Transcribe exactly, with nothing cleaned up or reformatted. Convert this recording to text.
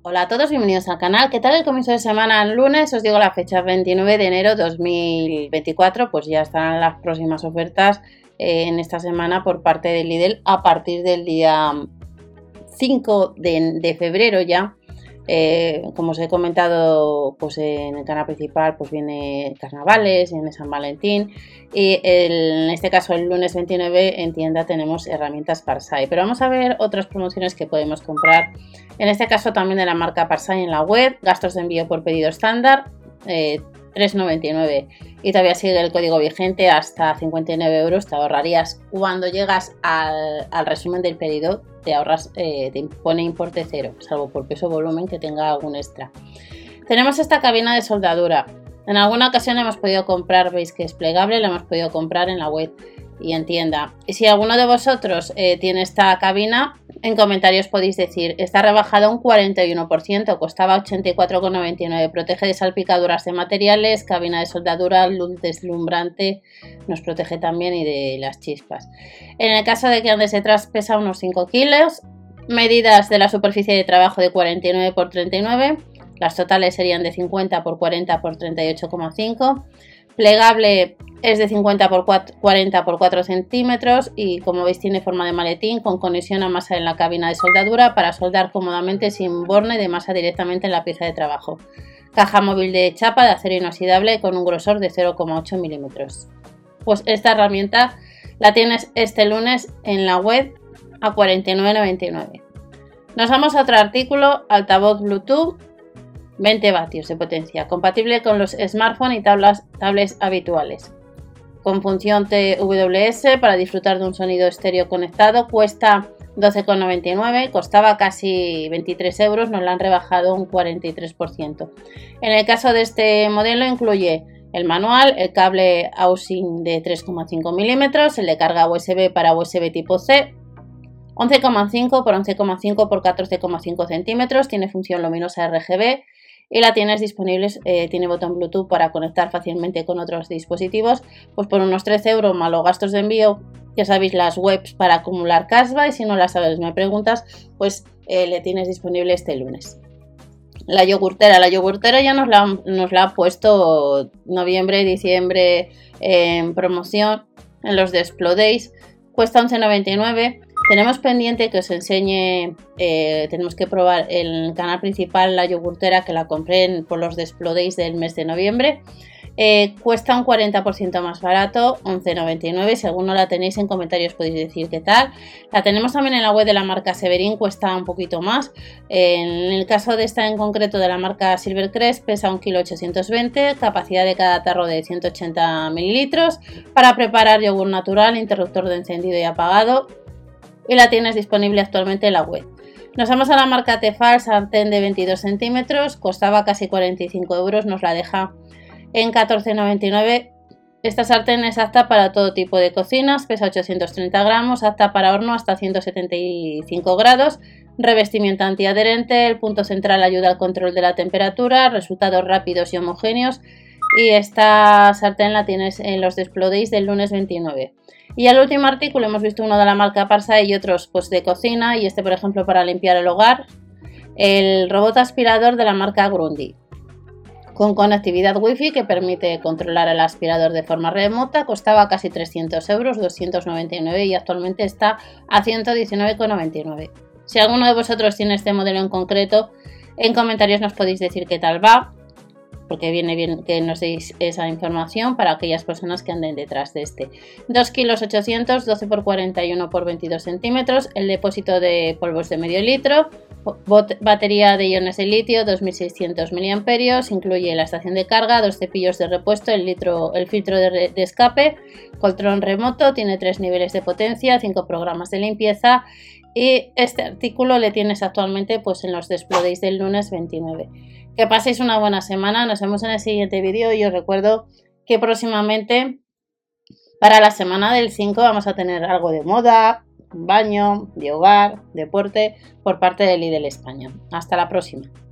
Hola a todos, bienvenidos al canal. ¿Qué tal el comienzo de semana? El lunes os digo la fecha veintinueve de enero de dos mil veinticuatro, pues ya están las próximas ofertas eh, en esta semana por parte de Lidl a partir del día cinco de, de febrero ya. Eh, como os he comentado, pues en el canal principal pues viene carnavales, viene San Valentín y el, en este caso el lunes veintinueve en tienda tenemos herramientas Parsai, pero vamos a ver otras promociones que podemos comprar, en este caso también de la marca Parsai en la web. Gastos de envío por pedido estándar eh, tres noventa y nueve y todavía sigue el código vigente hasta cincuenta y nueve euros. Te ahorrarías cuando llegas al, al resumen del pedido, te ahorras, eh, te pone importe cero, salvo por peso o volumen que tenga algún extra. Tenemos esta cabina de soldadura. En alguna ocasión hemos podido comprar, veis que es plegable, la hemos podido comprar en la web y en tienda. Y si alguno de vosotros eh, tiene esta cabina, en comentarios podéis decir, está rebajada un cuarenta y uno por ciento, costaba ochenta y cuatro con noventa y nueve, protege de salpicaduras de materiales, cabina de soldadura, luz deslumbrante, nos protege también y de las chispas. En el caso de que andes detrás pesa unos cinco kilos, medidas de la superficie de trabajo de cuarenta y nueve por treinta y nueve, las totales serían de cincuenta por cuarenta por treinta y ocho coma cinco, plegable es de cincuenta por cuarenta por cuatro centímetros y como veis tiene forma de maletín con conexión a masa en la cabina de soldadura para soldar cómodamente sin borne de masa directamente en la pieza de trabajo. Caja móvil de chapa de acero inoxidable con un grosor de cero coma ocho milímetros. Pues esta herramienta la tienes este lunes en la web a cuarenta y nueve noventa y nueve. Nos vamos a otro artículo, altavoz Bluetooth veinte vatios de potencia, compatible con los smartphones y tablas, tablets habituales, con función T W S para disfrutar de un sonido estéreo conectado. Cuesta doce con noventa y nueve, costaba casi veintitrés euros, nos la han rebajado un cuarenta y tres por ciento. En el caso de este modelo incluye el manual, el cable housing de tres coma cinco milímetros, el de carga U S B para U S B tipo C, once coma cinco por once coma cinco por catorce coma cinco centímetros, tiene función luminosa R G B y la tienes disponible, eh, tiene botón Bluetooth para conectar fácilmente con otros dispositivos, pues por unos trece euros más los gastos de envío. Ya sabéis las webs para acumular cashback, y si no las sabes me preguntas, pues eh, le tienes disponible este lunes. La yogurtera, la yogurtera ya nos la, nos la ha puesto noviembre, diciembre eh, en promoción en los de Explodays, cuesta once noventa y nueve. Tenemos pendiente que os enseñe, eh, tenemos que probar el canal principal la yogurtera que la compré en, por los de Explodays del mes de noviembre. Eh, cuesta un cuarenta por ciento más barato, once noventa y nueve. Si alguno la tenéis en comentarios podéis decir qué tal. La tenemos también en la web de la marca Severin, cuesta un poquito más. Eh, en el caso de esta en concreto de la marca Silvercrest pesa un kilo ochocientos veinte, capacidad de cada tarro de ciento ochenta mililitros, para preparar yogur natural, interruptor de encendido y apagado. Y la tienes disponible actualmente en la web. Nos vamos a la marca Tefal, sartén de veintidós centímetros, costaba casi cuarenta y cinco euros, nos la deja en catorce noventa y nueve. Esta sartén es apta para todo tipo de cocinas, pesa ochocientos treinta gramos, apta para horno hasta ciento setenta y cinco grados, revestimiento antiadherente, el punto central ayuda al control de la temperatura, resultados rápidos y homogéneos. Y esta sartén la tienes en los de Explodays del lunes veintinueve. Y el último artículo hemos visto uno de la marca Parsai y otros pues de cocina, y este por ejemplo para limpiar el hogar, el robot aspirador de la marca Grundy con conectividad wifi que permite controlar el aspirador de forma remota, costaba casi trescientos euros, doscientos noventa y nueve, y actualmente está a ciento diecinueve con noventa y nueve. Si alguno de vosotros tiene este modelo en concreto, en comentarios nos podéis decir qué tal va, porque viene bien que nos deis esa información para aquellas personas que anden detrás de este. dos kilos ochocientos, doce por cuarenta y uno por veintidós centímetros, el depósito de polvos de medio litro, batería de iones de litio, dos mil seiscientos miliamperios, incluye la estación de carga, dos cepillos de repuesto, el, litro, el filtro de, re, de escape, control remoto, tiene tres niveles de potencia, cinco programas de limpieza. Y este artículo le tienes actualmente pues en los de Explodays del lunes veintinueve. Que paséis una buena semana, nos vemos en el siguiente vídeo y os recuerdo que próximamente para la semana del cinco vamos a tener algo de moda, baño, de hogar, deporte por parte de Lidl España. Hasta la próxima.